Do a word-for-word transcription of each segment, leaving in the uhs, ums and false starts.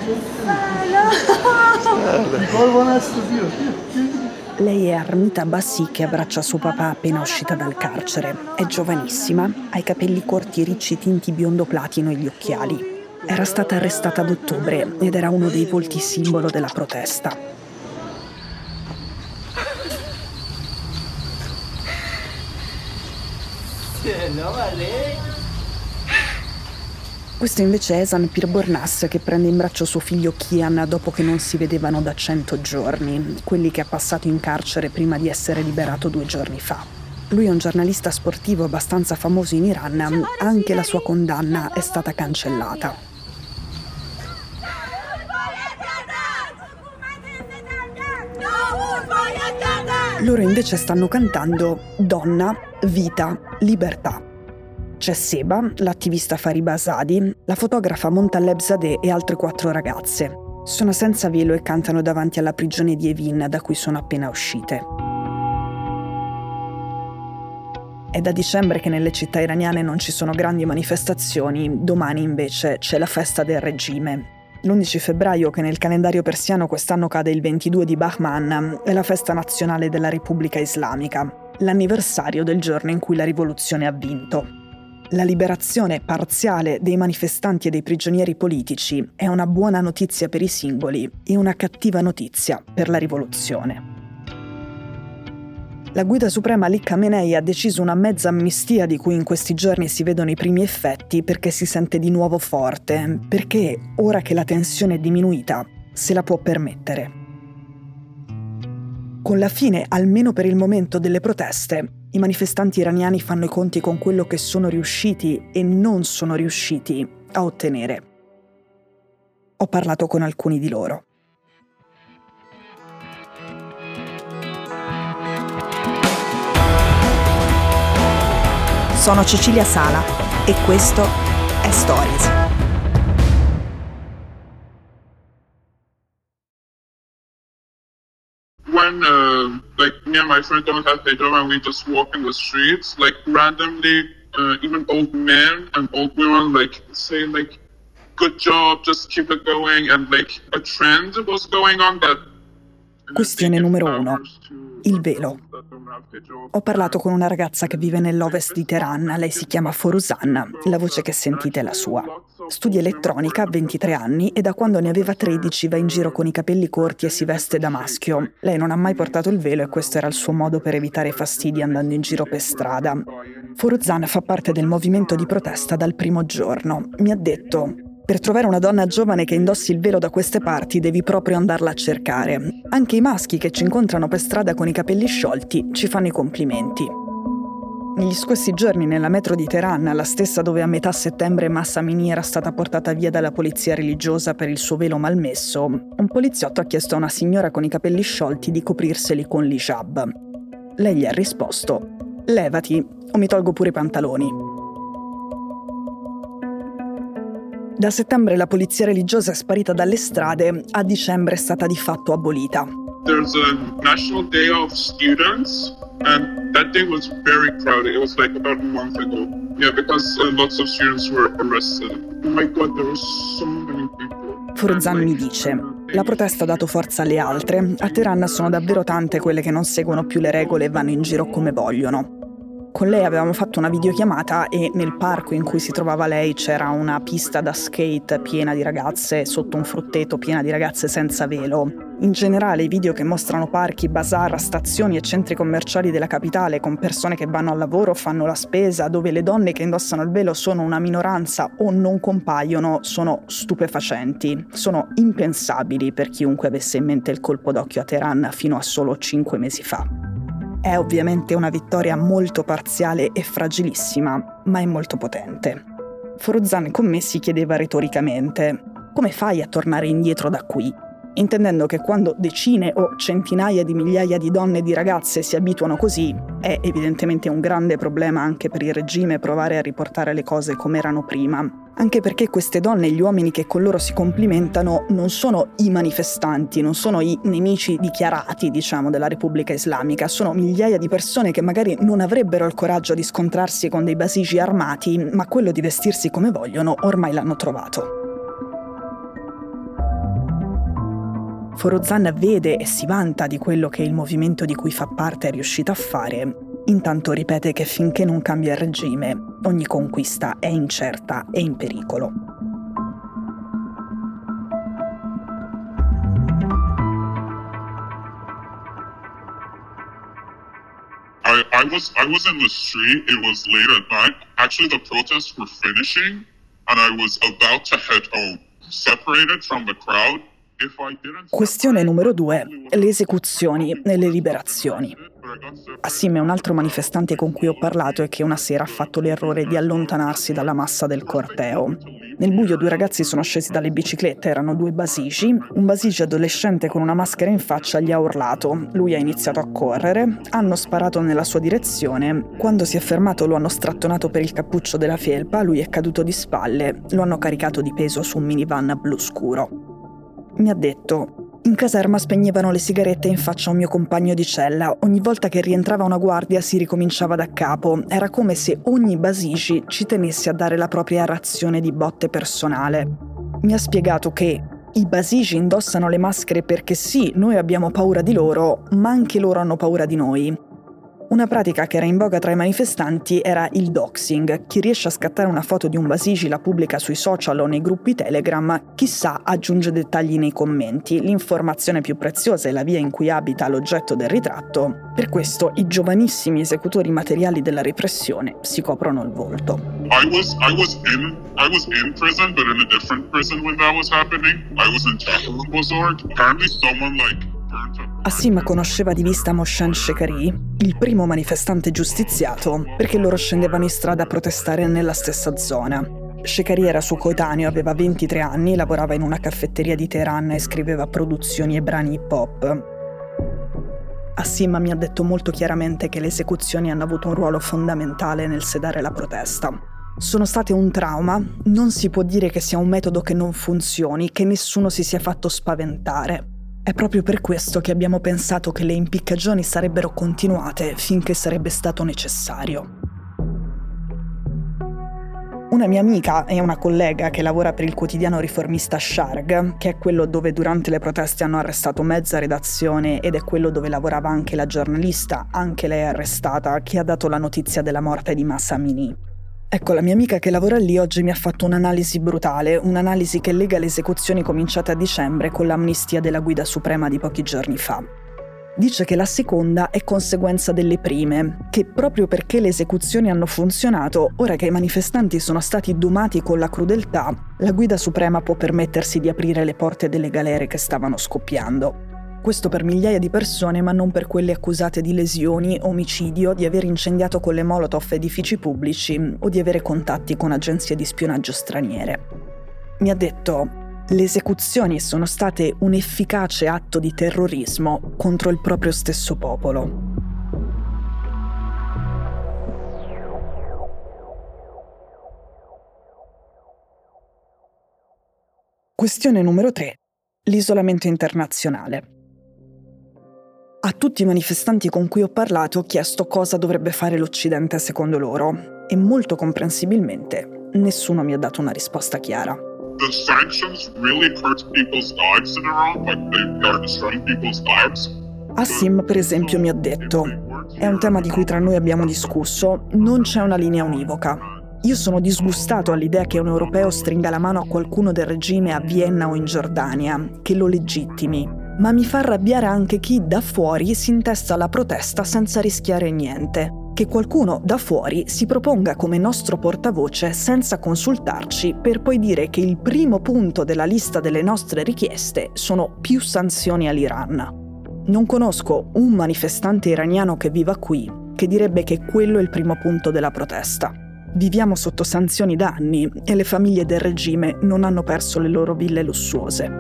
Lei è Armita Bassi, che abbraccia suo papà appena uscita dal carcere. È giovanissima, ha i capelli corti ricci tinti biondo platino e gli occhiali. Era stata arrestata ad ottobre ed era uno dei volti simbolo della protesta. Questo invece è Esan Pirbornas, che prende in braccio suo figlio Kian dopo che non si vedevano da cento giorni, quelli che ha passato in carcere prima di essere liberato due giorni fa. Lui è un giornalista sportivo abbastanza famoso in Iran, anche la sua condanna è stata cancellata. Loro invece stanno cantando Donna, vita, libertà. C'è Seba, l'attivista Fariba Asadi, la fotografa Montaleb Zadeh e altre quattro ragazze. Sono senza velo e cantano davanti alla prigione di Evin, da cui sono appena uscite. È da dicembre che nelle città iraniane non ci sono grandi manifestazioni, domani invece c'è la festa del regime. L'undici febbraio, che nel calendario persiano quest'anno cade il ventidue di Bahman, è la festa nazionale della Repubblica Islamica, l'anniversario del giorno in cui la rivoluzione ha vinto. La liberazione parziale dei manifestanti e dei prigionieri politici è una buona notizia per i singoli e una cattiva notizia per la rivoluzione. La guida suprema Ali Khamenei ha deciso una mezza amnistia di cui in questi giorni si vedono i primi effetti, perché si sente di nuovo forte, perché ora che la tensione è diminuita se la può permettere. Con la fine, almeno per il momento, delle proteste, i manifestanti iraniani fanno i conti con quello che sono riusciti e non sono riusciti a ottenere. Ho parlato con alcuni di loro. Sono Cecilia Sala e questo è Stories. When uh, like me and my friend don't have hijab and we just walk in the streets, like randomly, uh, even old men and old women like say like, "Good job, just keep it going," and like a trend was going on that. Questione numero uno. Il velo. Ho parlato con una ragazza che vive nell'ovest di Teheran, lei si chiama Foruzan, la voce che sentite è la sua. Studia elettronica, ha ventitré anni e da quando ne aveva tredici va in giro con i capelli corti e si veste da maschio. Lei non ha mai portato il velo e questo era il suo modo per evitare fastidi andando in giro per strada. Foruzan fa parte del movimento di protesta dal primo giorno. Mi ha detto: per trovare una donna giovane che indossi il velo da queste parti devi proprio andarla a cercare. Anche i maschi che ci incontrano per strada con i capelli sciolti ci fanno i complimenti. Negli scorsi giorni nella metro di Teheran, la stessa dove a metà settembre Mahsa Amini era stata portata via dalla polizia religiosa per il suo velo malmesso, un poliziotto ha chiesto a una signora con i capelli sciolti di coprirseli con l'hijab. Lei gli ha risposto: levati o mi tolgo pure i pantaloni. Da settembre la polizia religiosa è sparita dalle strade, a dicembre è stata di fatto abolita. There's a National Day of Students, and that day was very crowded. It was like about a month ago. Yeah, because uh, lots of students were arrested. Oh my God, there were so many people. Foruzan mi dice: la protesta ha dato forza alle altre. A Teheran sono davvero tante quelle che non seguono più le regole e vanno in giro come vogliono. Con lei avevamo fatto una videochiamata e nel parco in cui si trovava lei c'era una pista da skate piena di ragazze, sotto un frutteto piena di ragazze senza velo. In generale i video che mostrano parchi, bazar, stazioni e centri commerciali della capitale con persone che vanno al lavoro, fanno la spesa, dove le donne che indossano il velo sono una minoranza o non compaiono, sono stupefacenti. Sono impensabili per chiunque avesse in mente il colpo d'occhio a Teheran fino a solo cinque mesi fa. È ovviamente una vittoria molto parziale e fragilissima, ma è molto potente. Foruzan con me si chiedeva retoricamente: come fai a tornare indietro da qui? Intendendo che quando decine o centinaia di migliaia di donne e di ragazze si abituano così, è evidentemente un grande problema anche per il regime provare a riportare le cose come erano prima. Anche perché queste donne e gli uomini che con loro si complimentano non sono i manifestanti, non sono i nemici dichiarati, diciamo, della Repubblica Islamica, sono migliaia di persone che magari non avrebbero il coraggio di scontrarsi con dei basigi armati, ma quello di vestirsi come vogliono ormai l'hanno trovato. Forozan vede e si vanta di quello che il movimento di cui fa parte è riuscito a fare, intanto ripete che finché non cambia il regime, ogni conquista è incerta e in pericolo. I, I was I was in the street. It was late at night. Actually, the protests were finishing, and I was about to head home, separated from the crowd. If I didn't. Questione numero due: le esecuzioni e le liberazioni. Assim è un altro manifestante con cui ho parlato e che una sera ha fatto l'errore di allontanarsi dalla massa del corteo. Nel buio due ragazzi sono scesi dalle biciclette, erano due basigi. Un basigi adolescente con una maschera in faccia gli ha urlato. Lui ha iniziato a correre, hanno sparato nella sua direzione. Quando si è fermato lo hanno strattonato per il cappuccio della felpa, lui è caduto di spalle, lo hanno caricato di peso su un minivan blu scuro. Mi ha detto: in caserma spegnevano le sigarette in faccia a un mio compagno di cella. Ogni volta che rientrava una guardia si ricominciava da capo. Era come se ogni basigi ci tenesse a dare la propria razione di botte personale. Mi ha spiegato che i basigi indossano le maschere perché sì, noi abbiamo paura di loro, ma anche loro hanno paura di noi. Una pratica che era in voga tra i manifestanti era il doxing. Chi riesce a scattare una foto di un basigi la pubblica sui social o nei gruppi Telegram, chissà aggiunge dettagli nei commenti. L'informazione più preziosa è la via in cui abita l'oggetto del ritratto. Per questo i giovanissimi esecutori materiali della repressione si coprono il volto. I was I was in I was in prison, but in a different prison when that was happening. I was in Tahrir. Apparently, someone like. Assim conosceva di vista Mohsen Shekari, il primo manifestante giustiziato, perché loro scendevano in strada a protestare nella stessa zona. Shekari era suo coetaneo, aveva ventitré anni, lavorava in una caffetteria di Teheran e scriveva produzioni e brani hip hop. Assim mi ha detto molto chiaramente che le esecuzioni hanno avuto un ruolo fondamentale nel sedare la protesta. Sono state un trauma, non si può dire che sia un metodo che non funzioni, che nessuno si sia fatto spaventare. È proprio per questo che abbiamo pensato che le impiccagioni sarebbero continuate finché sarebbe stato necessario. Una mia amica e una collega che lavora per il quotidiano riformista Sharg, che è quello dove durante le proteste hanno arrestato mezza redazione ed è quello dove lavorava anche la giornalista, anche lei arrestata, che ha dato la notizia della morte di Mahsa Amini. Ecco, la mia amica che lavora lì oggi mi ha fatto un'analisi brutale, un'analisi che lega le esecuzioni cominciate a dicembre con l'amnistia della Guida Suprema di pochi giorni fa. Dice che la seconda è conseguenza delle prime, che proprio perché le esecuzioni hanno funzionato, ora che i manifestanti sono stati domati con la crudeltà, la Guida Suprema può permettersi di aprire le porte delle galere che stavano scoppiando. Questo per migliaia di persone, ma non per quelle accusate di lesioni, omicidio, di aver incendiato con le molotov edifici pubblici o di avere contatti con agenzie di spionaggio straniere. Mi ha detto: le esecuzioni sono state un efficace atto di terrorismo contro il proprio stesso popolo. Questione numero tre. L'isolamento internazionale. A tutti i manifestanti con cui ho parlato ho chiesto cosa dovrebbe fare l'Occidente secondo loro e molto comprensibilmente nessuno mi ha dato una risposta chiara. The sanctions really hurt people's lives in Iran, like they are destroying people's lives. Assim, per esempio, mi ha detto: è un tema di cui tra noi abbiamo discusso, non c'è una linea univoca. Io sono disgustato all'idea che un europeo stringa la mano a qualcuno del regime a Vienna o in Giordania, che lo legittimi. Ma mi fa arrabbiare anche chi da fuori si intesta alla protesta senza rischiare niente. Che qualcuno da fuori si proponga come nostro portavoce senza consultarci per poi dire che il primo punto della lista delle nostre richieste sono più sanzioni all'Iran. Non conosco un manifestante iraniano che viva qui che direbbe che quello è il primo punto della protesta. Viviamo sotto sanzioni da anni e le famiglie del regime non hanno perso le loro ville lussuose.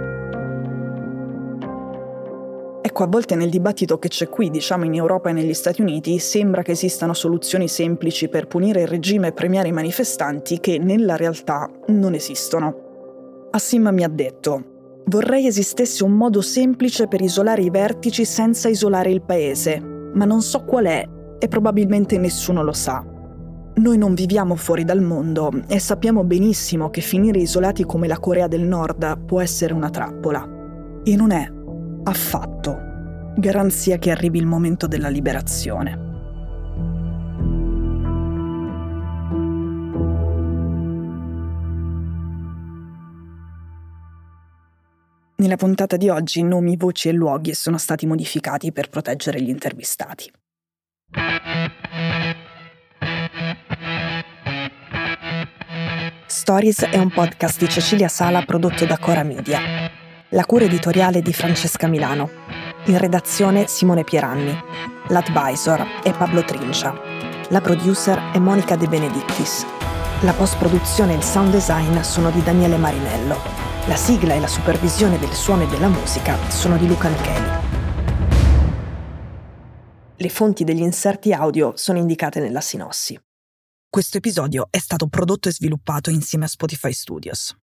Ecco, a volte nel dibattito che c'è qui, diciamo in Europa e negli Stati Uniti, sembra che esistano soluzioni semplici per punire il regime e premiare i manifestanti che nella realtà non esistono. Assim mi ha detto: vorrei esistesse un modo semplice per isolare i vertici senza isolare il paese, ma non so qual è e probabilmente nessuno lo sa. Noi non viviamo fuori dal mondo e sappiamo benissimo che finire isolati come la Corea del Nord può essere una trappola. E non è affatto garanzia che arrivi il momento della liberazione. Nella puntata di oggi nomi, voci e luoghi sono stati modificati per proteggere gli intervistati. Stories è un podcast di Cecilia Sala prodotto da Cora Media. La cura editoriale di Francesca Milano. In redazione Simone Pieranni. L'advisor è Pablo Trincia. La producer è Monica De Benedictis. La post-produzione e il sound design sono di Daniele Marinello. La sigla e la supervisione del suono e della musica sono di Luca Micheli. Le fonti degli inserti audio sono indicate nella sinossi. Questo episodio è stato prodotto e sviluppato insieme a Spotify Studios.